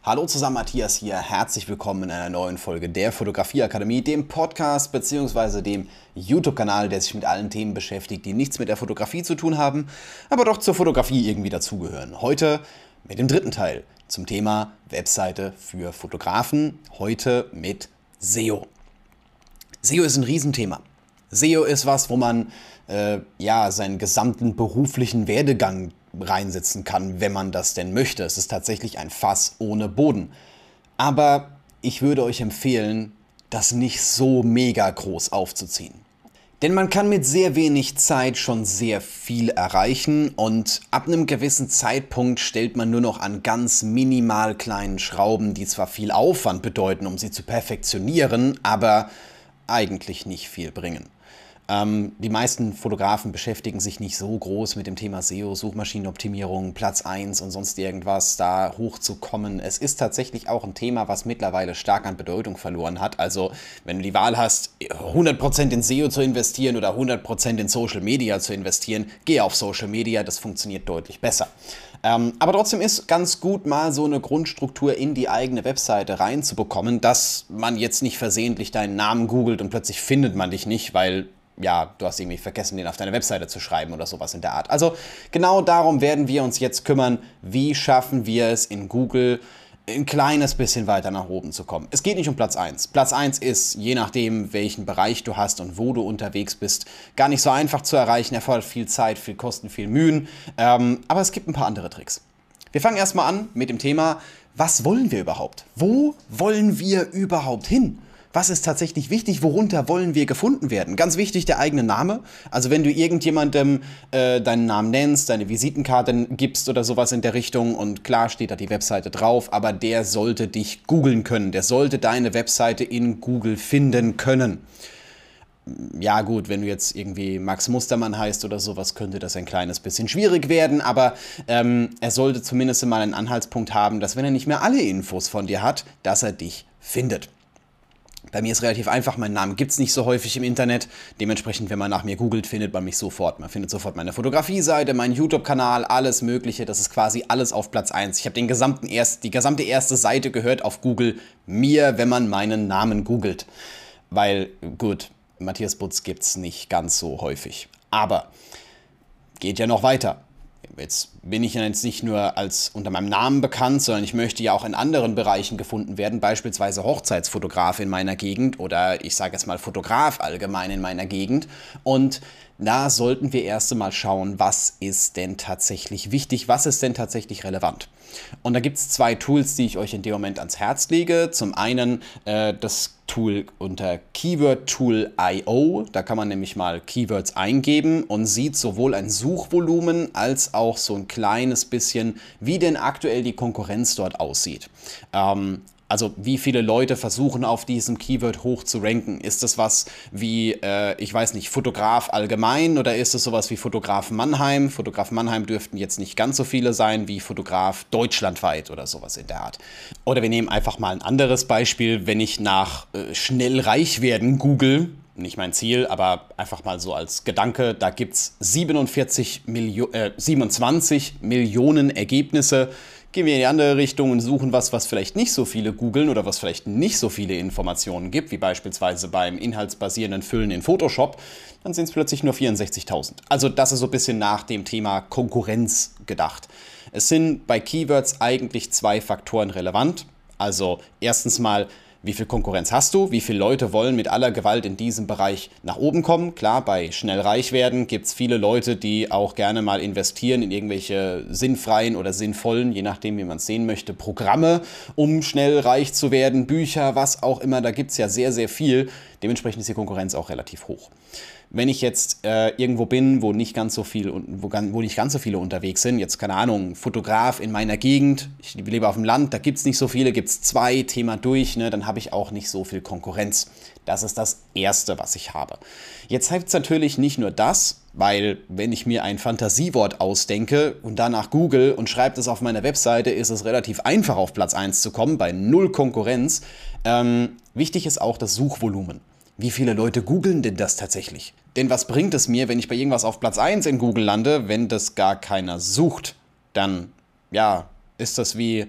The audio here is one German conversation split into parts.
Hallo zusammen, Matthias hier. Herzlich willkommen in einer neuen Folge der Fotografieakademie, dem Podcast bzw. dem YouTube-Kanal, der sich mit allen Themen beschäftigt, die nichts mit der Fotografie zu tun haben, aber doch zur Fotografie irgendwie dazugehören. Heute mit dem dritten Teil zum Thema Webseite für Fotografen, heute mit SEO. SEO ist ein Riesenthema. SEO ist was, wo man seinen gesamten beruflichen Werdegang reinsetzen kann, wenn man das denn möchte. Es ist tatsächlich ein Fass ohne Boden. Aber ich würde euch empfehlen, das nicht so mega groß aufzuziehen. Denn man kann mit sehr wenig Zeit schon sehr viel erreichen und ab einem gewissen Zeitpunkt stellt man nur noch an ganz minimal kleinen Schrauben, die zwar viel Aufwand bedeuten, um sie zu perfektionieren, aber eigentlich nicht viel bringen. Die meisten Fotografen beschäftigen sich nicht so groß mit dem Thema SEO, Suchmaschinenoptimierung, Platz 1 und sonst irgendwas, da hochzukommen. Es ist tatsächlich auch ein Thema, was mittlerweile stark an Bedeutung verloren hat. Also wenn du die Wahl hast, 100% in SEO zu investieren oder 100% in Social Media zu investieren, geh auf Social Media, das funktioniert deutlich besser. Aber trotzdem ist ganz gut, mal so eine Grundstruktur in die eigene Webseite reinzubekommen, dass man jetzt nicht versehentlich deinen Namen googelt und plötzlich findet man dich nicht, weil du hast irgendwie vergessen, den auf deine Webseite zu schreiben oder sowas in der Art. Also genau darum werden wir uns jetzt kümmern, wie schaffen wir es in Google ein kleines bisschen weiter nach oben zu kommen. Es geht nicht um Platz 1. Platz 1 ist, je nachdem, welchen Bereich du hast und wo du unterwegs bist, gar nicht so einfach zu erreichen, erfordert viel Zeit, viel Kosten, viel Mühen, aber es gibt ein paar andere Tricks. Wir fangen erstmal an mit dem Thema, was wollen wir überhaupt? Wo wollen wir überhaupt hin? Was ist tatsächlich wichtig? Worunter wollen wir gefunden werden? Ganz wichtig, der eigene Name. Also wenn du irgendjemandem deinen Namen nennst, deine Visitenkarte gibst oder sowas in der Richtung und klar steht da die Webseite drauf, aber der sollte dich googeln können. Der sollte deine Webseite in Google finden können. Ja gut, wenn du jetzt irgendwie Max Mustermann heißt oder sowas, könnte das ein kleines bisschen schwierig werden, aber er sollte zumindest mal einen Anhaltspunkt haben, dass wenn er nicht mehr alle Infos von dir hat, dass er dich findet. Bei mir ist relativ einfach, meinen Namen gibt es nicht so häufig im Internet. Dementsprechend, wenn man nach mir googelt, findet man mich sofort. Man findet sofort meine Fotografie-Seite, meinen YouTube-Kanal, alles Mögliche. Das ist quasi alles auf Platz 1. Ich habe die gesamte erste Seite gehört auf Google mir, wenn man meinen Namen googelt. Weil, gut, Matthias Butz gibt es nicht ganz so häufig. Aber geht ja noch weiter. Jetzt bin ich ja jetzt nicht nur als unter meinem Namen bekannt, sondern ich möchte ja auch in anderen Bereichen gefunden werden, beispielsweise Hochzeitsfotograf in meiner Gegend oder ich sage jetzt mal Fotograf allgemein in meiner Gegend. Und da sollten wir erst einmal schauen, was ist denn tatsächlich wichtig, was ist denn tatsächlich relevant. Und da gibt es zwei Tools, die ich euch in dem Moment ans Herz lege. Zum einen das Tool unter KeywordTool.io. Da kann man nämlich mal Keywords eingeben und sieht sowohl ein Suchvolumen als auch so ein kleines bisschen, wie denn aktuell die Konkurrenz dort aussieht. Also wie viele Leute versuchen auf diesem Keyword hoch zu ranken. Ist das was wie, ich weiß nicht, Fotograf allgemein oder ist es sowas wie Fotograf Mannheim? Fotograf Mannheim dürften jetzt nicht ganz so viele sein wie Fotograf deutschlandweit oder sowas in der Art. Oder wir nehmen einfach mal ein anderes Beispiel, wenn ich nach schnell reich werden google, nicht mein Ziel, aber einfach mal so als Gedanke, da gibt es 27 Millionen Ergebnisse. Gehen wir in die andere Richtung und suchen was vielleicht nicht so viele googeln oder was vielleicht nicht so viele Informationen gibt, wie beispielsweise beim inhaltsbasierenden Füllen in Photoshop, dann sind es plötzlich nur 64.000. Also das ist so ein bisschen nach dem Thema Konkurrenz gedacht. Es sind bei Keywords eigentlich zwei Faktoren relevant. Also erstens mal, wie viel Konkurrenz hast du? Wie viele Leute wollen mit aller Gewalt in diesem Bereich nach oben kommen? Klar, bei schnell reich werden gibt es viele Leute, die auch gerne mal investieren in irgendwelche sinnfreien oder sinnvollen, je nachdem wie man es sehen möchte, Programme, um schnell reich zu werden, Bücher, was auch immer. Da gibt es ja sehr, sehr viel. Dementsprechend ist die Konkurrenz auch relativ hoch. Wenn ich jetzt irgendwo bin, wo nicht ganz so viele unterwegs sind, jetzt keine Ahnung, Fotograf in meiner Gegend, ich lebe auf dem Land, da gibt es nicht so viele, gibt es zwei, Thema durch, ne, dann habe ich auch nicht so viel Konkurrenz. Das ist das Erste, was ich habe. Jetzt heißt es natürlich nicht nur das, weil wenn ich mir ein Fantasiewort ausdenke und danach google und schreibe das auf meiner Webseite, ist es relativ einfach auf Platz 1 zu kommen, bei null Konkurrenz. Wichtig ist auch das Suchvolumen. Wie viele Leute googeln denn das tatsächlich? Denn was bringt es mir, wenn ich bei irgendwas auf Platz 1 in Google lande, wenn das gar keiner sucht? Dann, ja, ist das wie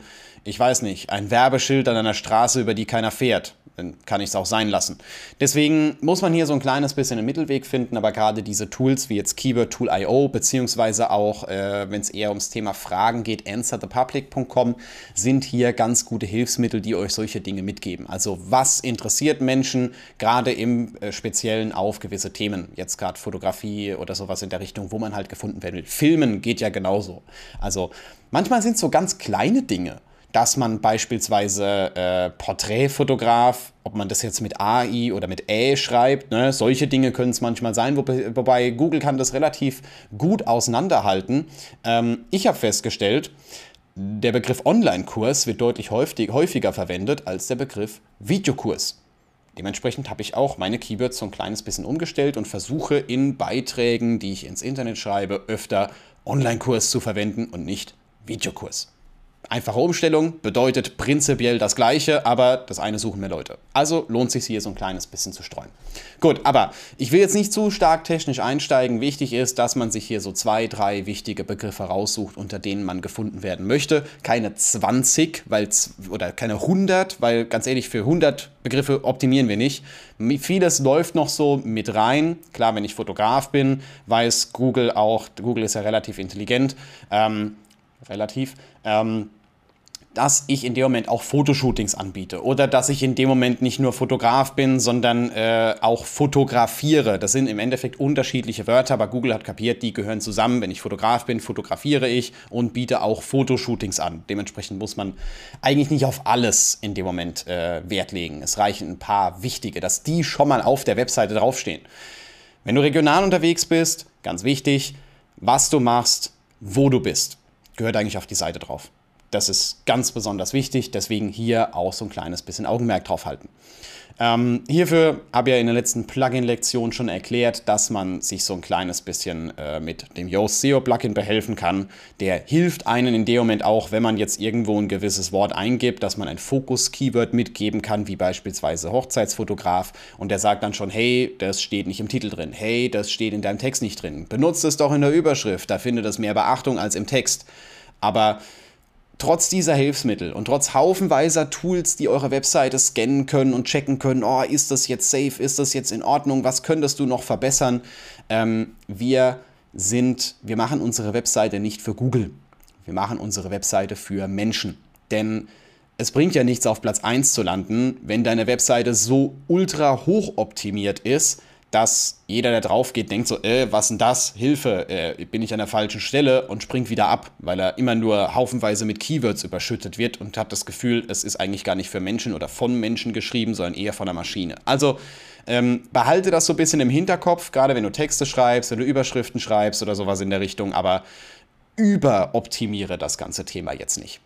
ich weiß nicht, ein Werbeschild an einer Straße, über die keiner fährt. Dann kann ich es auch sein lassen. Deswegen muss man hier so ein kleines bisschen einen Mittelweg finden, aber gerade diese Tools wie jetzt Keyword-Tool.io, beziehungsweise auch, wenn es eher ums Thema Fragen geht, answerthepublic.com, sind hier ganz gute Hilfsmittel, die euch solche Dinge mitgeben. Also was interessiert Menschen, gerade im Speziellen auf gewisse Themen, jetzt gerade Fotografie oder sowas in der Richtung, wo man halt gefunden werden will. Filmen geht ja genauso. Also manchmal sind es so ganz kleine Dinge, dass man beispielsweise Porträtfotograf, ob man das jetzt mit AI oder mit schreibt, ne, solche Dinge können es manchmal sein, wobei Google kann das relativ gut auseinanderhalten. Ich habe festgestellt, der Begriff Online-Kurs wird deutlich häufiger verwendet als der Begriff Videokurs. Dementsprechend habe ich auch meine Keywords so ein kleines bisschen umgestellt und versuche in Beiträgen, die ich ins Internet schreibe, öfter Online-Kurs zu verwenden und nicht Videokurs. Einfache Umstellung bedeutet prinzipiell das Gleiche, aber das eine suchen mehr Leute. Also lohnt es sich hier so ein kleines bisschen zu streuen. Gut, aber ich will jetzt nicht zu stark technisch einsteigen. Wichtig ist, dass man sich hier so 2, 3 wichtige Begriffe raussucht, unter denen man gefunden werden möchte. Keine 20 oder keine 100, weil ganz ehrlich, für 100 Begriffe optimieren wir nicht. Vieles läuft noch so mit rein. Klar, wenn ich Fotograf bin, weiß Google ist ja relativ intelligent, dass ich in dem Moment auch Fotoshootings anbiete oder dass ich in dem Moment nicht nur Fotograf bin, sondern auch fotografiere. Das sind im Endeffekt unterschiedliche Wörter, aber Google hat kapiert, die gehören zusammen. Wenn ich Fotograf bin, fotografiere ich und biete auch Fotoshootings an. Dementsprechend muss man eigentlich nicht auf alles in dem Moment Wert legen. Es reichen ein paar wichtige, dass die schon mal auf der Webseite draufstehen. Wenn du regional unterwegs bist, ganz wichtig, was du machst, wo du bist, gehört eigentlich auf die Seite drauf. Das ist ganz besonders wichtig, deswegen hier auch so ein kleines bisschen Augenmerk drauf halten. Hierfür habe ich ja in der letzten Plugin-Lektion schon erklärt, dass man sich so ein kleines bisschen mit dem Yoast SEO-Plugin behelfen kann. Der hilft einem in dem Moment auch, wenn man jetzt irgendwo ein gewisses Wort eingibt, dass man ein Fokus-Keyword mitgeben kann, wie beispielsweise Hochzeitsfotograf. Und der sagt dann schon, hey, das steht nicht im Titel drin. Hey, das steht in deinem Text nicht drin. Benutzt es doch in der Überschrift, da findet es mehr Beachtung als im Text. Aber trotz dieser Hilfsmittel und trotz haufenweiser Tools, die eure Webseite scannen können und checken können, oh, ist das jetzt safe, ist das jetzt in Ordnung, was könntest du noch verbessern? Wir machen unsere Webseite nicht für Google. Wir machen unsere Webseite für Menschen. Denn es bringt ja nichts, auf Platz 1 zu landen, wenn deine Webseite so ultra hoch optimiert ist, dass jeder, der drauf geht, denkt so, was denn das? Hilfe, bin ich an der falschen Stelle und springt wieder ab, weil er immer nur haufenweise mit Keywords überschüttet wird und hat das Gefühl, es ist eigentlich gar nicht für Menschen oder von Menschen geschrieben, sondern eher von der Maschine. Also behalte das so ein bisschen im Hinterkopf, gerade wenn du Texte schreibst, wenn du Überschriften schreibst oder sowas in der Richtung, aber überoptimiere das ganze Thema jetzt nicht.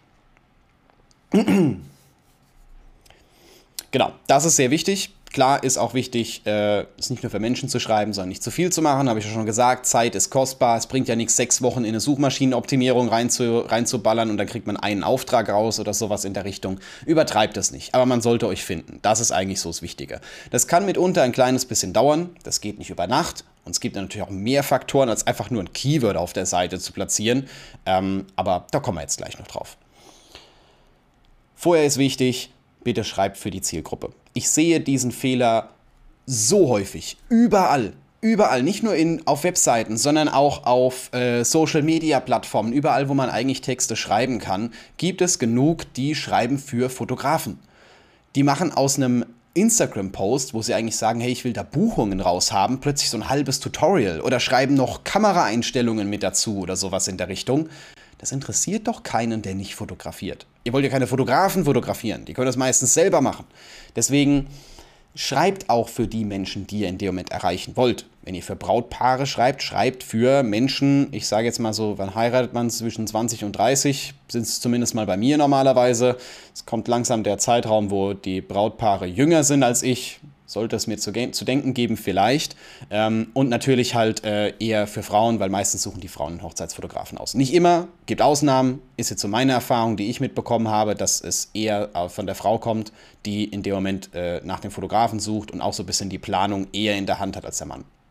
Genau, das ist sehr wichtig. Klar ist auch wichtig, es nicht nur für Menschen zu schreiben, sondern nicht zu viel zu machen, habe ich ja schon gesagt. Zeit ist kostbar, es bringt ja nichts, 6 Wochen in eine Suchmaschinenoptimierung reinzuballern und dann kriegt man einen Auftrag raus oder sowas in der Richtung. Übertreibt das nicht, aber man sollte euch finden. Das ist eigentlich so das Wichtige. Das kann mitunter ein kleines bisschen dauern, das geht nicht über Nacht. Und es gibt natürlich auch mehr Faktoren, als einfach nur ein Keyword auf der Seite zu platzieren. Aber da kommen wir jetzt gleich noch drauf. Vorher ist wichtig, bitte schreibt für die Zielgruppe. Ich sehe diesen Fehler so häufig, überall, nicht nur auf Webseiten, sondern auch auf Social-Media-Plattformen, überall, wo man eigentlich Texte schreiben kann, gibt es genug, die schreiben für Fotografen. Die machen aus einem Instagram-Post, wo sie eigentlich sagen, hey, ich will da Buchungen raushaben, plötzlich so ein halbes Tutorial oder schreiben noch Kameraeinstellungen mit dazu oder sowas in der Richtung. Das interessiert doch keinen, der nicht fotografiert. Ihr wollt ja keine Fotografen fotografieren, die können das meistens selber machen. Deswegen schreibt auch für die Menschen, die ihr in dem Moment erreichen wollt. Wenn ihr für Brautpaare schreibt, schreibt für Menschen, ich sage jetzt mal so, wann heiratet man zwischen 20 und 30, sind es zumindest mal bei mir normalerweise. Es kommt langsam der Zeitraum, wo die Brautpaare jünger sind als ich. Sollte es mir zu denken geben, vielleicht. Und natürlich halt eher für Frauen, weil meistens suchen die Frauen einen Hochzeitsfotografen aus. Nicht immer, gibt Ausnahmen, ist jetzt so meine Erfahrung, die ich mitbekommen habe, dass es eher von der Frau kommt, die in dem Moment nach dem Fotografen sucht und auch so ein bisschen die Planung eher in der Hand hat als der Mann. Ja,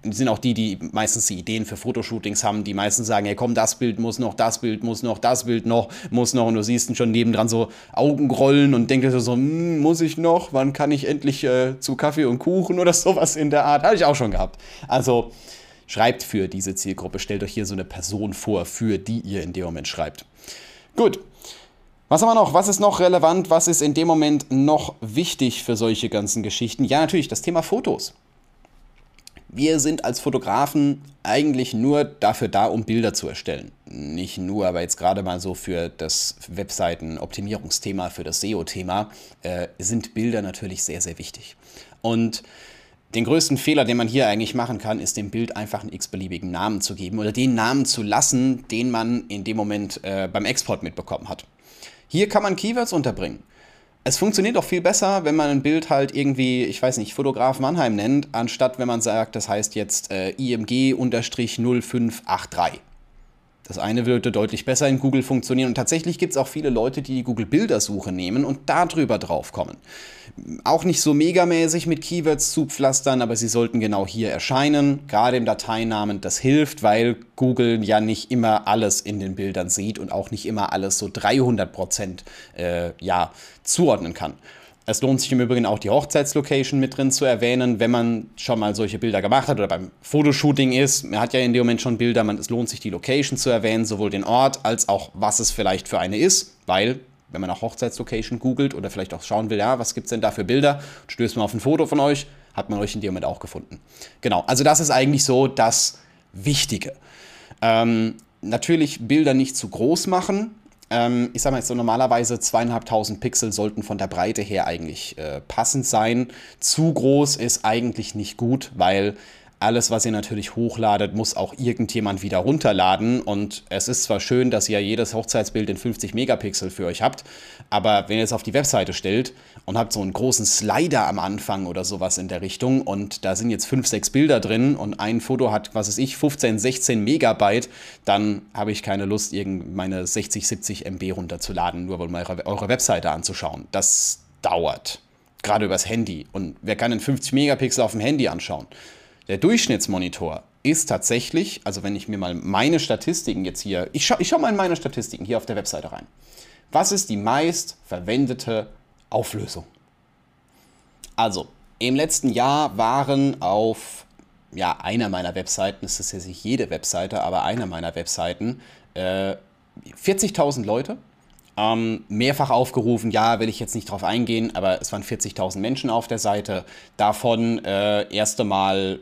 sind auch die meistens die Ideen für Fotoshootings haben, die meistens sagen, hey komm, das Bild muss noch, das Bild muss noch, das Bild muss noch und du siehst ihn schon nebendran so Augen rollen und denkst dir so, muss ich noch, wann kann ich endlich zu Kaffee und Kuchen oder sowas in der Art, habe ich auch schon gehabt. Also schreibt für diese Zielgruppe, stellt euch hier so eine Person vor, für die ihr in dem Moment schreibt. Gut. Was haben wir noch? Was ist noch relevant? Was ist in dem Moment noch wichtig für solche ganzen Geschichten? Ja, natürlich das Thema Fotos. Wir sind als Fotografen eigentlich nur dafür da, um Bilder zu erstellen. Nicht nur, aber jetzt gerade mal so für das Webseiten-Optimierungsthema, für das SEO-Thema, sind Bilder natürlich sehr, sehr wichtig. Und den größten Fehler, den man hier eigentlich machen kann, ist dem Bild einfach einen x-beliebigen Namen zu geben oder den Namen zu lassen, den man in dem Moment beim Export mitbekommen hat. Hier kann man Keywords unterbringen. Es funktioniert auch viel besser, wenn man ein Bild halt irgendwie, ich weiß nicht, Fotograf Mannheim nennt, anstatt wenn man sagt, das heißt jetzt IMG-0583. Das eine würde deutlich besser in Google funktionieren und tatsächlich gibt es auch viele Leute, die die Google-Bildersuche nehmen und darüber drauf kommen. Auch nicht so megamäßig mit Keywords zupflastern, aber sie sollten genau hier erscheinen, gerade im Dateinamen. Das hilft, weil Google ja nicht immer alles in den Bildern sieht und auch nicht immer alles so 300% zuordnen kann. Es lohnt sich im Übrigen auch die Hochzeitslocation mit drin zu erwähnen, wenn man schon mal solche Bilder gemacht hat oder beim Fotoshooting ist. Man hat ja in dem Moment schon Bilder, es lohnt sich die Location zu erwähnen, sowohl den Ort als auch was es vielleicht für eine ist, weil wenn man nach Hochzeitslocation googelt oder vielleicht auch schauen will, ja, was gibt es denn da für Bilder, stößt man auf ein Foto von euch, hat man euch in dem Moment auch gefunden. Genau, also das ist eigentlich so das Wichtige. Natürlich Bilder nicht zu groß machen. Ich sag mal jetzt so normalerweise 2500 Pixel sollten von der Breite her eigentlich passend sein. Zu groß ist eigentlich nicht gut, weil alles, was ihr natürlich hochladet, muss auch irgendjemand wieder runterladen. Und es ist zwar schön, dass ihr jedes Hochzeitsbild in 50 Megapixel für euch habt, aber wenn ihr es auf die Webseite stellt und habt so einen großen Slider am Anfang oder sowas in der Richtung und da sind jetzt 5, 6 Bilder drin und ein Foto hat, 15, 16 Megabyte, dann habe ich keine Lust, meine 60, 70 MB runterzuladen, nur um eure Webseite anzuschauen. Das dauert. Gerade übers Handy. Und wer kann denn 50 Megapixel auf dem Handy anschauen? Der Durchschnittsmonitor ist tatsächlich, also wenn ich mir mal meine Statistiken jetzt hier, ich schau mal in meine Statistiken hier auf der Webseite rein. Was ist die meist verwendete Auflösung? Also, im letzten Jahr waren auf einer meiner Webseiten, es ist jetzt nicht jede Webseite, aber einer meiner Webseiten, 40.000 Leute. Mehrfach aufgerufen, ja, will ich jetzt nicht drauf eingehen, aber es waren 40.000 Menschen auf der Seite. Davon erst einmal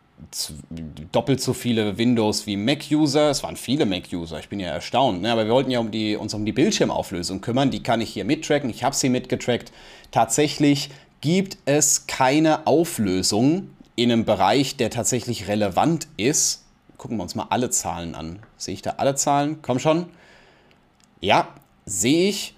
doppelt so viele Windows wie Mac-User. Es waren viele Mac-User, ich bin ja erstaunt. Ne? Aber wir wollten ja uns um die Bildschirmauflösung kümmern. Die kann ich hier mittracken. Ich habe sie mitgetrackt. Tatsächlich gibt es keine Auflösung in einem Bereich, der tatsächlich relevant ist. Gucken wir uns mal alle Zahlen an. Sehe ich da alle Zahlen? Komm schon. Ja, sehe ich,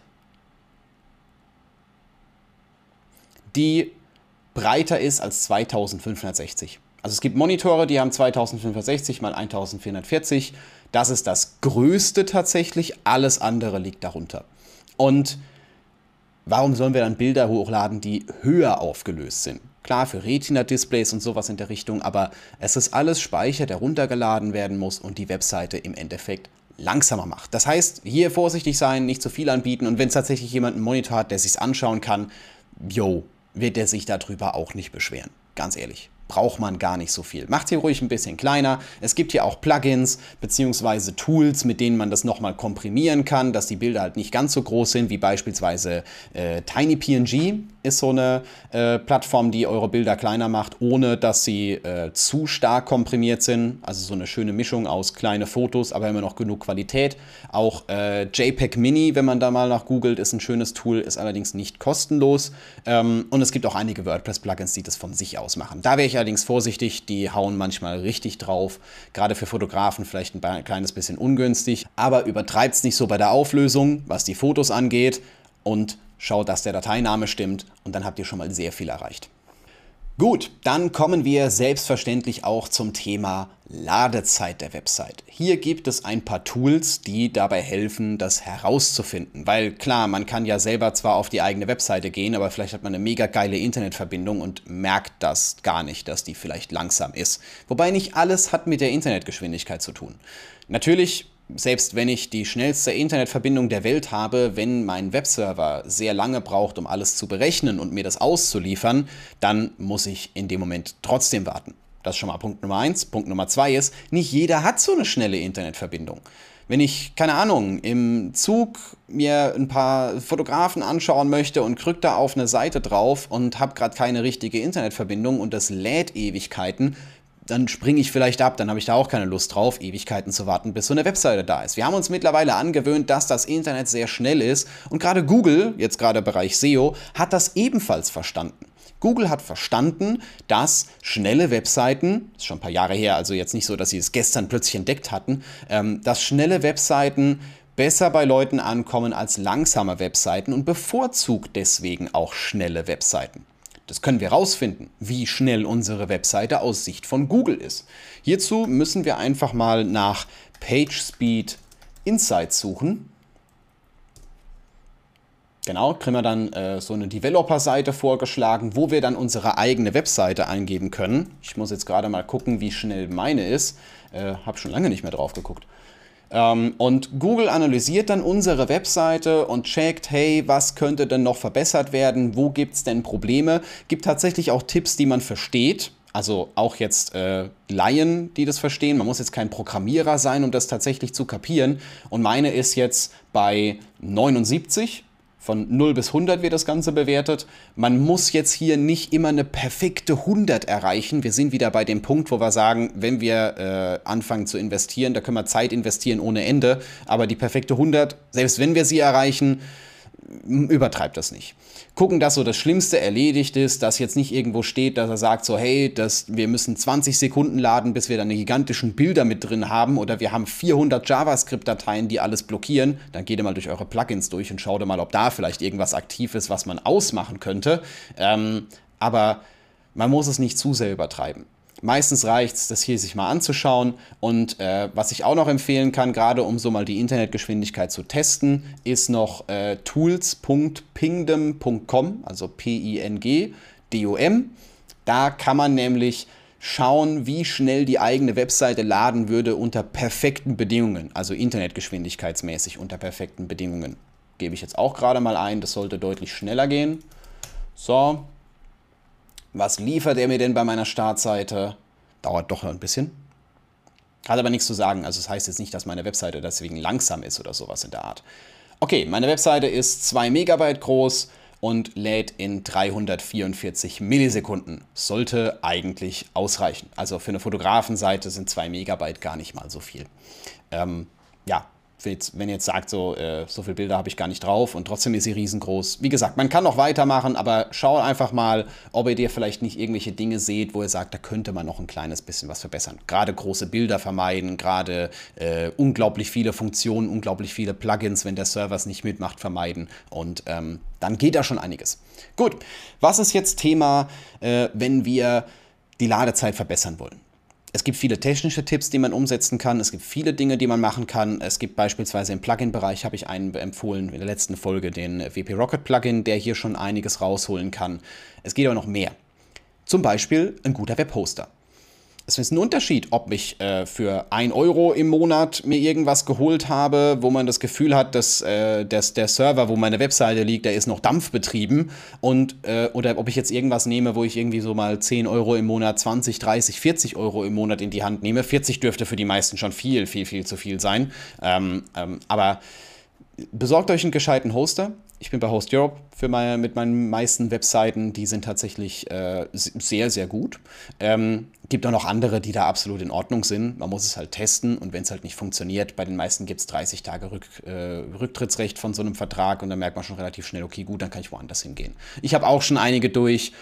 die breiter ist als 2560. Also es gibt Monitore, die haben 2560 mal 1440. Das ist das Größte tatsächlich. Alles andere liegt darunter. Und warum sollen wir dann Bilder hochladen, die höher aufgelöst sind? Klar, für Retina-Displays und sowas in der Richtung, aber es ist alles Speicher, der runtergeladen werden muss und die Webseite im Endeffekt langsamer macht. Das heißt, hier vorsichtig sein, nicht zu viel anbieten und wenn es tatsächlich jemand einen Monitor hat, der sich's anschauen kann, wird der sich darüber auch nicht beschweren. Ganz ehrlich. Braucht man gar nicht so viel. Macht sie ruhig ein bisschen kleiner. Es gibt hier auch Plugins bzw. Tools, mit denen man das nochmal komprimieren kann, dass die Bilder halt nicht ganz so groß sind, wie beispielsweise TinyPNG ist so eine Plattform, die eure Bilder kleiner macht, ohne dass sie zu stark komprimiert sind. Also so eine schöne Mischung aus kleine Fotos, aber immer noch genug Qualität. Auch JPEG Mini, wenn man da mal nach googelt, ist ein schönes Tool, ist allerdings nicht kostenlos. Und es gibt auch einige WordPress-Plugins, die das von sich aus machen. Da wäre ich allerdings vorsichtig, die hauen manchmal richtig drauf. Gerade für Fotografen vielleicht ein kleines bisschen ungünstig. Aber übertreibt es nicht so bei der Auflösung, was die Fotos angeht. Und schaut, dass der Dateiname stimmt. Und dann habt ihr schon mal sehr viel erreicht. Gut, dann kommen wir selbstverständlich auch zum Thema Ladezeit der Website. Hier gibt es ein paar Tools, die dabei helfen, das herauszufinden. Weil klar, man kann ja selber zwar auf die eigene Webseite gehen, aber vielleicht hat man eine mega geile Internetverbindung und merkt das gar nicht, dass die vielleicht langsam ist. Wobei nicht alles hat mit der Internetgeschwindigkeit zu tun. Natürlich, selbst wenn ich die schnellste Internetverbindung der Welt habe, wenn mein Webserver sehr lange braucht, um alles zu berechnen und mir das auszuliefern, dann muss ich in dem Moment trotzdem warten. Das ist schon mal Punkt Nummer 1. Punkt Nummer 2 ist, nicht jeder hat so eine schnelle Internetverbindung. Wenn ich, keine Ahnung, im Zug mir ein paar Fotografen anschauen möchte und drücke da auf eine Seite drauf und habe gerade keine richtige Internetverbindung und das lädt Ewigkeiten, dann springe ich vielleicht ab, dann habe ich da auch keine Lust drauf, Ewigkeiten zu warten, bis so eine Webseite da ist. Wir haben uns mittlerweile angewöhnt, dass das Internet sehr schnell ist und gerade Google, jetzt gerade im Bereich SEO, hat das ebenfalls verstanden. Google hat verstanden, dass schnelle Webseiten, das ist schon ein paar Jahre her, also jetzt nicht so, dass sie es gestern plötzlich entdeckt hatten, dass schnelle Webseiten besser bei Leuten ankommen als langsame Webseiten und bevorzugt deswegen auch schnelle Webseiten. Das können wir herausfinden, wie schnell unsere Webseite aus Sicht von Google ist. Hierzu müssen wir einfach mal nach PageSpeed Insights suchen. Genau, kriegen wir dann so eine Developer-Seite vorgeschlagen, wo wir dann unsere eigene Webseite eingeben können. Ich muss jetzt gerade mal gucken, wie schnell meine ist. Habe schon lange nicht mehr drauf geguckt. Und Google analysiert dann unsere Webseite und checkt, hey, was könnte denn noch verbessert werden, wo gibt es denn Probleme, gibt tatsächlich auch Tipps, die man versteht, also auch jetzt Laien, die das verstehen, man muss jetzt kein Programmierer sein, um das tatsächlich zu kapieren und meine ist jetzt bei 79. Von 0 bis 100 wird das Ganze bewertet. Man muss jetzt hier nicht immer eine perfekte 100 erreichen. Wir sind wieder bei dem Punkt, wo wir sagen, wenn wir anfangen zu investieren, da können wir Zeit investieren ohne Ende. Aber die perfekte 100, selbst wenn wir sie erreichen, übertreibt das nicht. Gucken, dass so das Schlimmste erledigt ist, dass jetzt nicht irgendwo steht, dass er sagt so, hey, wir müssen 20 Sekunden laden, bis wir dann eine gigantischen Bilder mit drin haben oder wir haben 400 JavaScript-Dateien, die alles blockieren. Dann geht ihr mal durch eure Plugins durch und schaut mal, ob da vielleicht irgendwas aktiv ist, was man ausmachen könnte. Aber man muss es nicht zu sehr übertreiben. Meistens reicht es, das hier sich mal anzuschauen und was ich auch noch empfehlen kann, gerade um so mal die Internetgeschwindigkeit zu testen, ist noch tools.pingdom.com, also Pingdom. Da kann man nämlich schauen, wie schnell die eigene Webseite laden würde unter perfekten Bedingungen, also internetgeschwindigkeitsmäßig unter perfekten Bedingungen. Gebe ich jetzt auch gerade mal ein, das sollte deutlich schneller gehen. So. Was liefert er mir denn bei meiner Startseite? Dauert doch ein bisschen. Hat aber nichts zu sagen. Also das heißt jetzt nicht, dass meine Webseite deswegen langsam ist oder sowas in der Art. Okay, meine Webseite ist 2 Megabyte groß und lädt in 344 Millisekunden. Sollte eigentlich ausreichen. Also für eine Fotografenseite sind 2 Megabyte gar nicht mal so viel. Ja. Wenn ihr jetzt sagt, so viele Bilder habe ich gar nicht drauf und trotzdem ist sie riesengroß. Wie gesagt, man kann noch weitermachen, aber schaut einfach mal, ob ihr dir vielleicht nicht irgendwelche Dinge seht, wo ihr sagt, da könnte man noch ein kleines bisschen was verbessern. Gerade große Bilder vermeiden, gerade unglaublich viele Funktionen, unglaublich viele Plugins, wenn der Server es nicht mitmacht, vermeiden. Und dann geht da schon einiges. Gut, was ist jetzt Thema, wenn wir die Ladezeit verbessern wollen? Es gibt viele technische Tipps, die man umsetzen kann. Es gibt viele Dinge, die man machen kann. Es gibt beispielsweise im Plugin-Bereich, habe ich einen empfohlen in der letzten Folge, den WP Rocket Plugin, der hier schon einiges rausholen kann. Es geht aber noch mehr. Zum Beispiel ein guter Webhoster. Es ist ein Unterschied, ob ich für 1 Euro im Monat mir irgendwas geholt habe, wo man das Gefühl hat, dass der Server, wo meine Webseite liegt, der ist noch dampfbetrieben oder ob ich jetzt irgendwas nehme, wo ich irgendwie so mal 10 Euro im Monat, 20, 30, 40 Euro im Monat in die Hand nehme. 40 dürfte für die meisten schon viel zu viel sein. Aber besorgt euch einen gescheiten Hoster. Ich bin bei Host Europe mit meinen meisten Webseiten. Die sind tatsächlich sehr, sehr gut. Gibt auch noch andere, die da absolut in Ordnung sind. Man muss es halt testen und wenn es halt nicht funktioniert, bei den meisten gibt es 30 Tage Rücktrittsrecht von so einem Vertrag und dann merkt man schon relativ schnell, okay, gut, dann kann ich woanders hingehen. Ich habe auch schon einige durch.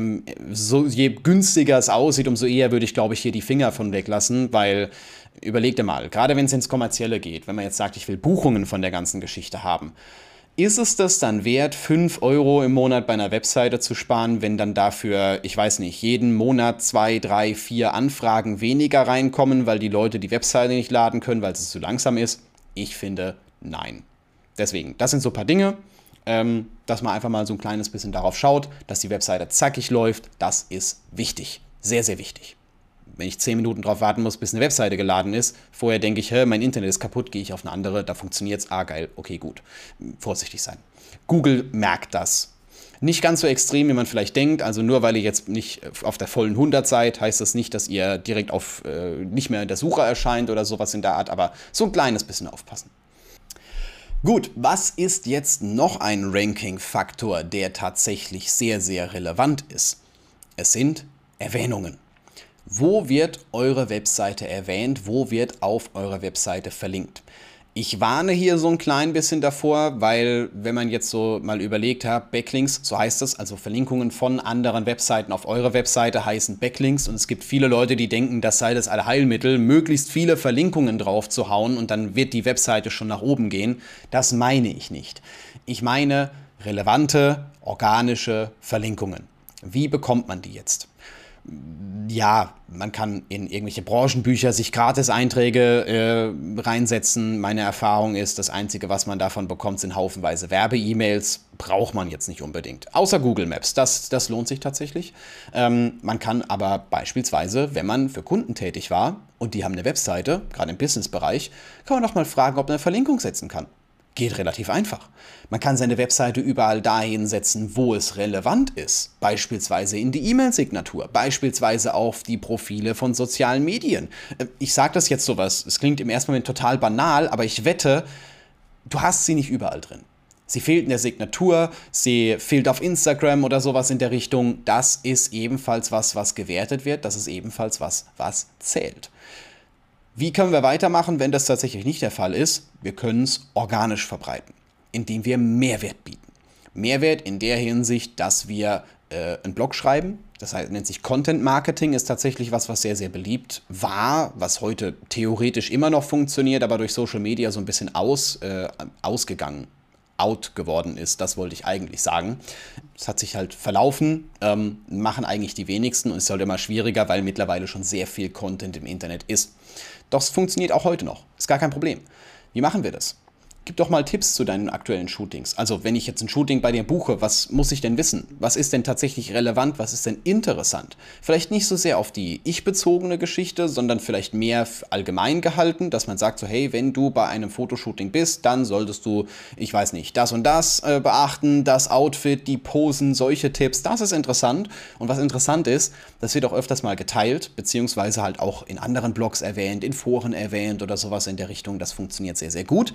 Je günstiger es aussieht, umso eher würde ich, glaube ich, hier die Finger von weglassen, weil überleg dir mal, gerade wenn es ins Kommerzielle geht, wenn man jetzt sagt, ich will Buchungen von der ganzen Geschichte haben, Ist es das dann wert, 5 Euro im Monat bei einer Webseite zu sparen, wenn dann dafür, ich weiß nicht, jeden Monat 2, 3, 4 Anfragen weniger reinkommen, weil die Leute die Webseite nicht laden können, weil es zu langsam ist? Ich finde, nein. Deswegen, das sind so ein paar Dinge, dass man einfach mal so ein kleines bisschen darauf schaut, dass die Webseite zackig läuft. Das ist wichtig. Sehr, sehr wichtig. Wenn ich 10 Minuten drauf warten muss, bis eine Webseite geladen ist, vorher denke ich, mein Internet ist kaputt, gehe ich auf eine andere, da funktioniert es, geil, okay, gut. Vorsichtig sein. Google merkt das. Nicht ganz so extrem, wie man vielleicht denkt, also nur weil ihr jetzt nicht auf der vollen 100 seid, heißt das nicht, dass ihr direkt nicht mehr in der Suche erscheint oder sowas in der Art, aber so ein kleines bisschen aufpassen. Gut, was ist jetzt noch ein Ranking-Faktor, der tatsächlich sehr, sehr relevant ist? Es sind Erwähnungen. Wo wird eure Webseite erwähnt? Wo wird auf eurer Webseite verlinkt? Ich warne hier so ein klein bisschen davor, weil wenn man jetzt so mal überlegt hat, Backlinks, so heißt es, also Verlinkungen von anderen Webseiten auf eure Webseite heißen Backlinks und es gibt viele Leute, die denken, das sei das Allheilmittel, möglichst viele Verlinkungen drauf zu hauen und dann wird die Webseite schon nach oben gehen. Das meine ich nicht. Ich meine relevante, organische Verlinkungen. Wie bekommt man die jetzt? Ja, man kann in irgendwelche Branchenbücher sich Gratis-Einträge reinsetzen. Meine Erfahrung ist, das Einzige, was man davon bekommt, sind haufenweise Werbe-E-Mails. Braucht man jetzt nicht unbedingt. Außer Google Maps, das lohnt sich tatsächlich. Man kann aber beispielsweise, wenn man für Kunden tätig war und die haben eine Webseite, gerade im Business-Bereich, kann man doch mal fragen, ob man eine Verlinkung setzen kann. Geht relativ einfach. Man kann seine Webseite überall dahin setzen, wo es relevant ist. Beispielsweise in die E-Mail-Signatur, beispielsweise auf die Profile von sozialen Medien. Ich sage das jetzt sowas, es klingt im ersten Moment total banal, aber ich wette, du hast sie nicht überall drin. Sie fehlt in der Signatur, sie fehlt auf Instagram oder sowas in der Richtung. Das ist ebenfalls was gewertet wird, das ist ebenfalls was zählt. Wie können wir weitermachen, wenn das tatsächlich nicht der Fall ist? Wir können es organisch verbreiten, indem wir Mehrwert bieten. Mehrwert in der Hinsicht, dass wir einen Blog schreiben. Das heißt, nennt sich Content Marketing, ist tatsächlich was sehr, sehr beliebt war, was heute theoretisch immer noch funktioniert, aber durch Social Media so ein bisschen out geworden ist, das wollte ich eigentlich sagen. Es hat sich halt verlaufen, machen eigentlich die wenigsten und es ist halt immer schwieriger, weil mittlerweile schon sehr viel Content im Internet ist. Doch es funktioniert auch heute noch, ist gar kein Problem. Wie machen wir das? Gib doch mal Tipps zu deinen aktuellen Shootings. Also wenn ich jetzt ein Shooting bei dir buche, was muss ich denn wissen? Was ist denn tatsächlich relevant? Was ist denn interessant? Vielleicht nicht so sehr auf die ich-bezogene Geschichte, sondern vielleicht mehr allgemein gehalten, dass man sagt so, hey, wenn du bei einem Fotoshooting bist, dann solltest du, ich weiß nicht, das und das beachten, das Outfit, die Posen, solche Tipps. Das ist interessant. Und was interessant ist, das wird auch öfters mal geteilt, beziehungsweise halt auch in anderen Blogs erwähnt, in Foren erwähnt oder sowas in der Richtung. Das funktioniert sehr, sehr gut.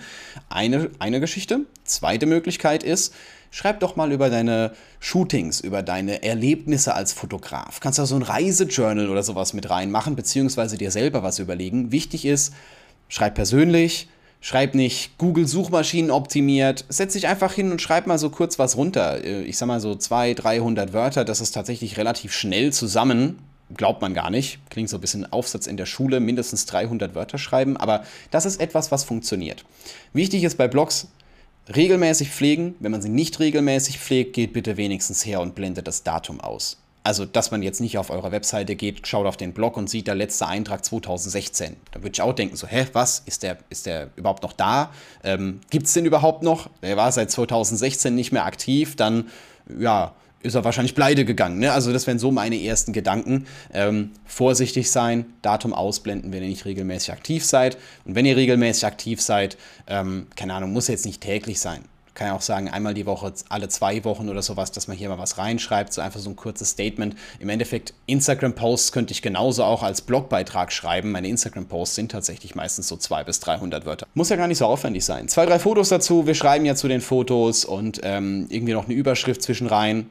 Eine Geschichte. Zweite Möglichkeit ist, schreib doch mal über deine Shootings, über deine Erlebnisse als Fotograf. Kannst da so ein Reisejournal oder sowas mit reinmachen, beziehungsweise dir selber was überlegen. Wichtig ist, schreib persönlich, schreib nicht Google-Suchmaschinen optimiert. Setz dich einfach hin und schreib mal so kurz was runter. Ich sag mal so 200, 300 Wörter, das ist tatsächlich relativ schnell zusammen. Glaubt man gar nicht. Klingt so ein bisschen Aufsatz in der Schule, mindestens 300 Wörter schreiben, aber das ist etwas, was funktioniert. Wichtig ist bei Blogs, regelmäßig pflegen. Wenn man sie nicht regelmäßig pflegt, geht bitte wenigstens her und blendet das Datum aus. Also, dass man jetzt nicht auf eure Webseite geht, schaut auf den Blog und sieht, der letzte Eintrag 2016. Da würde ich auch denken, so, was, ist der überhaupt noch da? Gibt es den überhaupt noch? Der war seit 2016 nicht mehr aktiv, dann, ja, ist er wahrscheinlich pleite gegangen. Ne? Also das wären so meine ersten Gedanken. Vorsichtig sein, Datum ausblenden, wenn ihr nicht regelmäßig aktiv seid. Und wenn ihr regelmäßig aktiv seid, keine Ahnung, muss jetzt nicht täglich sein. Kann ja auch sagen, einmal die Woche, alle 2 Wochen oder sowas, dass man hier mal was reinschreibt, so einfach so ein kurzes Statement. Im Endeffekt, Instagram-Posts könnte ich genauso auch als Blogbeitrag schreiben. Meine Instagram-Posts sind tatsächlich meistens so 200 bis 300 Wörter. Muss ja gar nicht so aufwendig sein. 2, 3 Fotos dazu, wir schreiben ja zu den Fotos und irgendwie noch eine Überschrift zwischen rein.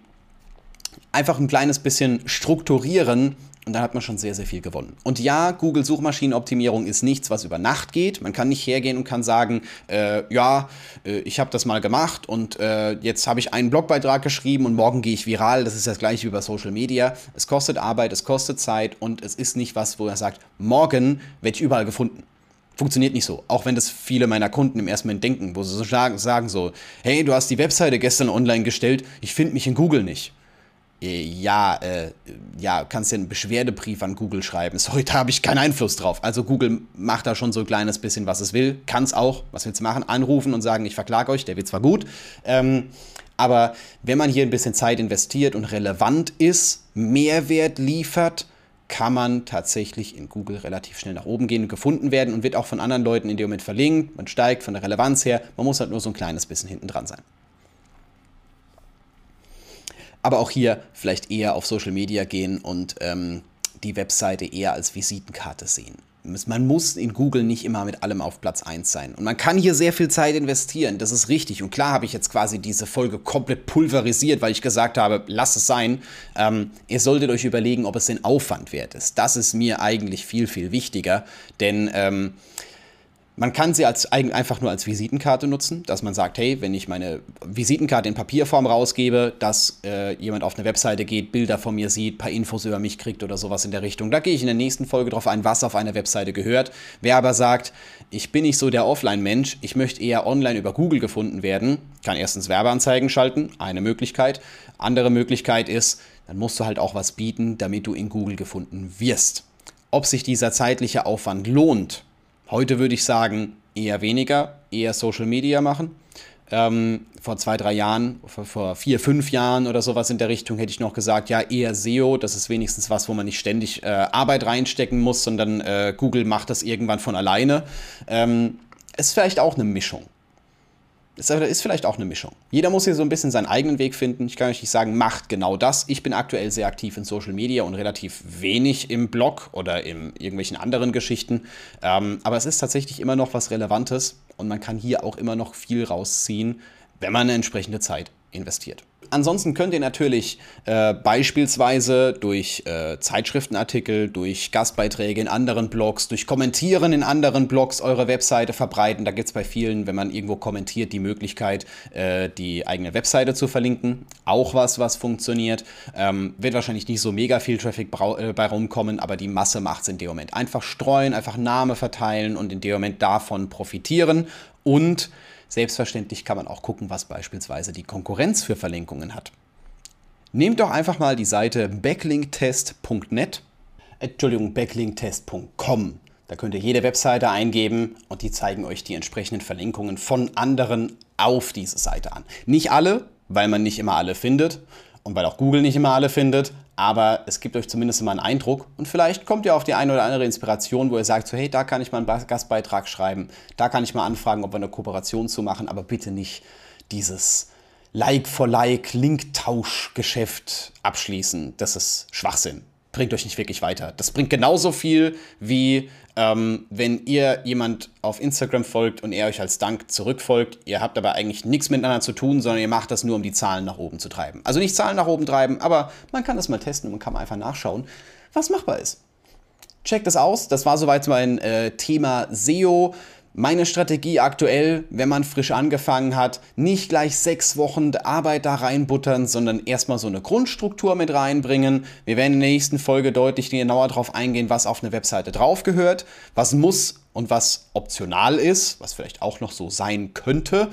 Einfach ein kleines bisschen strukturieren und dann hat man schon sehr, sehr viel gewonnen. Und ja, Google-Suchmaschinenoptimierung ist nichts, was über Nacht geht. Man kann nicht hergehen und kann sagen, ich habe das mal gemacht und jetzt habe ich einen Blogbeitrag geschrieben und morgen gehe ich viral. Das ist das gleiche wie bei Social Media. Es kostet Arbeit, es kostet Zeit und es ist nicht was, wo er sagt, morgen werde ich überall gefunden. Funktioniert nicht so. Auch wenn das viele meiner Kunden im ersten Moment denken, wo sie so sagen so, hey, du hast die Webseite gestern online gestellt, ich finde mich in Google nicht. Ja, kannst du einen Beschwerdebrief an Google schreiben. Sorry, da habe ich keinen Einfluss drauf. Also Google macht da schon so ein kleines bisschen, was es will. Kann es auch, was willst du machen? Anrufen und sagen, ich verklage euch, der wird zwar gut. Aber wenn man hier ein bisschen Zeit investiert und relevant ist, Mehrwert liefert, kann man tatsächlich in Google relativ schnell nach oben gehen und gefunden werden und wird auch von anderen Leuten in dem Moment verlinkt. Man steigt von der Relevanz her. Man muss halt nur so ein kleines bisschen hinten dran sein. Aber auch hier vielleicht eher auf Social Media gehen und die Webseite eher als Visitenkarte sehen. Man muss in Google nicht immer mit allem auf Platz 1 sein. Und man kann hier sehr viel Zeit investieren, das ist richtig. Und klar habe ich jetzt quasi diese Folge komplett pulverisiert, weil ich gesagt habe, lasst es sein. Ihr solltet euch überlegen, ob es den Aufwand wert ist. Das ist mir eigentlich viel, viel wichtiger, denn man kann sie einfach nur als Visitenkarte nutzen, dass man sagt, hey, wenn ich meine Visitenkarte in Papierform rausgebe, dass jemand auf eine Webseite geht, Bilder von mir sieht, ein paar Infos über mich kriegt oder sowas in der Richtung. Da gehe ich in der nächsten Folge drauf ein, was auf einer Webseite gehört. Wer aber sagt, ich bin nicht so der Offline-Mensch, ich möchte eher online über Google gefunden werden, kann erstens Werbeanzeigen schalten, eine Möglichkeit. Andere Möglichkeit ist, dann musst du halt auch was bieten, damit du in Google gefunden wirst. Ob sich dieser zeitliche Aufwand lohnt, heute würde ich sagen, eher weniger, eher Social Media machen. Vor 2, 3 Jahren, vor 4, 5 Jahren oder sowas in der Richtung hätte ich noch gesagt, ja, eher SEO, das ist wenigstens was, wo man nicht ständig Arbeit reinstecken muss, sondern Google macht das irgendwann von alleine. Ist vielleicht auch eine Mischung. Ist vielleicht auch eine Mischung. Jeder muss hier so ein bisschen seinen eigenen Weg finden. Ich kann euch nicht sagen, macht genau das. Ich bin aktuell sehr aktiv in Social Media und relativ wenig im Blog oder in irgendwelchen anderen Geschichten. Aber es ist tatsächlich immer noch was Relevantes und man kann hier auch immer noch viel rausziehen, wenn man eine entsprechende Zeit investiert. Ansonsten könnt ihr natürlich beispielsweise durch Zeitschriftenartikel, durch Gastbeiträge in anderen Blogs, durch Kommentieren in anderen Blogs eure Webseite verbreiten. Da gibt es bei vielen, wenn man irgendwo kommentiert, die Möglichkeit, die eigene Webseite zu verlinken. Auch was funktioniert. Wird wahrscheinlich nicht so mega viel Traffic bei rumkommen, aber die Masse macht es in dem Moment. Einfach streuen, einfach Name verteilen und in dem Moment davon profitieren. Und selbstverständlich kann man auch gucken, was beispielsweise die Konkurrenz für Verlinkungen hat. Nehmt doch einfach mal die Seite backlinktest.com. Da könnt ihr jede Webseite eingeben und die zeigen euch die entsprechenden Verlinkungen von anderen auf diese Seite an. Nicht alle, weil man nicht immer alle findet und weil auch Google nicht immer alle findet, aber es gibt euch zumindest mal einen Eindruck und vielleicht kommt ihr auf die eine oder andere Inspiration, wo ihr sagt, so hey, da kann ich mal einen Gastbeitrag schreiben, da kann ich mal anfragen, ob wir eine Kooperation zu machen, aber bitte nicht dieses Like-for-Like, Linktauschgeschäft abschließen. Das ist Schwachsinn. Bringt euch nicht wirklich weiter. Das bringt genauso viel wie wenn ihr jemand auf Instagram folgt und er euch als Dank zurückfolgt. Ihr habt aber eigentlich nichts miteinander zu tun, sondern ihr macht das nur, um die Zahlen nach oben zu treiben. Also nicht Zahlen nach oben treiben, aber man kann das mal testen und man kann einfach nachschauen, was machbar ist. Checkt das aus. Das war soweit mein Thema SEO. Meine Strategie aktuell, wenn man frisch angefangen hat, nicht gleich 6 Wochen Arbeit da reinbuttern, sondern erstmal so eine Grundstruktur mit reinbringen. Wir werden in der nächsten Folge deutlich genauer darauf eingehen, was auf eine Webseite drauf gehört, was muss und was optional ist, was vielleicht auch noch so sein könnte.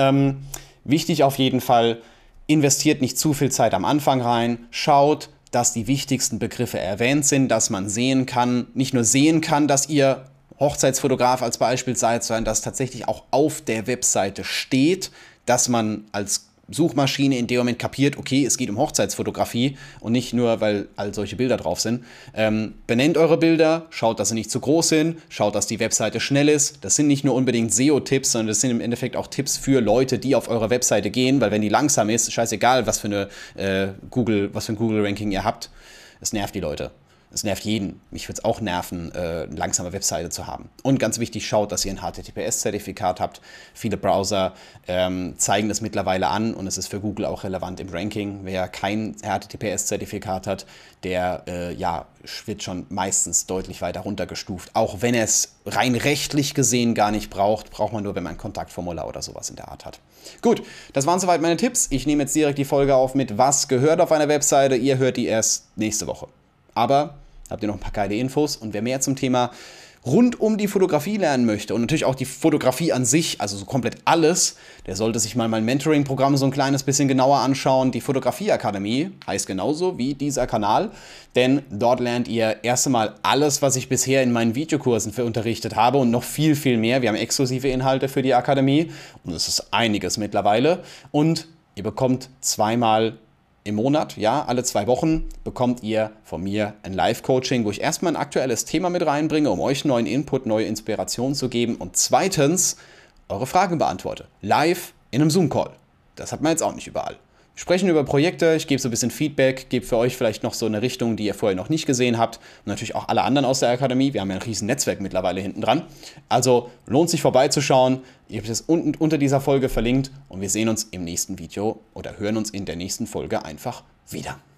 Wichtig auf jeden Fall, investiert nicht zu viel Zeit am Anfang rein, schaut, dass die wichtigsten Begriffe erwähnt sind, dass man sehen kann, nicht nur sehen kann, dass ihr Hochzeitsfotograf als Beispiel seid, sondern dass tatsächlich auch auf der Webseite steht, dass man als Suchmaschine in dem Moment kapiert, okay, es geht um Hochzeitsfotografie und nicht nur, weil all solche Bilder drauf sind. Benennt eure Bilder, schaut, dass sie nicht zu groß sind, schaut, dass die Webseite schnell ist. Das sind nicht nur unbedingt SEO-Tipps, sondern das sind im Endeffekt auch Tipps für Leute, die auf eure Webseite gehen, weil wenn die langsam ist, scheißegal, was für ein Google-Ranking ihr habt, es nervt die Leute. Es nervt jeden. Mich würde es auch nerven, eine langsame Webseite zu haben. Und ganz wichtig, schaut, dass ihr ein HTTPS-Zertifikat habt. Viele Browser zeigen das mittlerweile an und es ist für Google auch relevant im Ranking. Wer kein HTTPS-Zertifikat hat, der wird schon meistens deutlich weiter runtergestuft. Auch wenn er es rein rechtlich gesehen gar nicht braucht, braucht man nur, wenn man ein Kontaktformular oder sowas in der Art hat. Gut, das waren soweit meine Tipps. Ich nehme jetzt direkt die Folge auf mit was gehört auf einer Webseite. Ihr hört die erst nächste Woche. Aber habt ihr noch ein paar geile Infos und wer mehr zum Thema rund um die Fotografie lernen möchte und natürlich auch die Fotografie an sich, also so komplett alles, der sollte sich mal mein Mentoring-Programm so ein kleines bisschen genauer anschauen. Die Fotografie-Akademie heißt genauso wie dieser Kanal, denn dort lernt ihr erst einmal alles, was ich bisher in meinen Videokursen unterrichtet habe und noch viel, viel mehr. Wir haben exklusive Inhalte für die Akademie und es ist einiges mittlerweile und ihr bekommt zweimal im Monat, ja, alle 2 Wochen bekommt ihr von mir ein Live-Coaching, wo ich erstmal ein aktuelles Thema mit reinbringe, um euch neuen Input, neue Inspiration zu geben und zweitens eure Fragen beantworte. Live in einem Zoom-Call. Das hat man jetzt auch nicht überall. Wir sprechen über Projekte, ich gebe so ein bisschen Feedback, gebe für euch vielleicht noch so eine Richtung, die ihr vorher noch nicht gesehen habt. Und natürlich auch alle anderen aus der Akademie. Wir haben ja ein riesen Netzwerk mittlerweile hinten dran. Also lohnt sich vorbeizuschauen. Ich habe das unten unter dieser Folge verlinkt und wir sehen uns im nächsten Video oder hören uns in der nächsten Folge einfach wieder.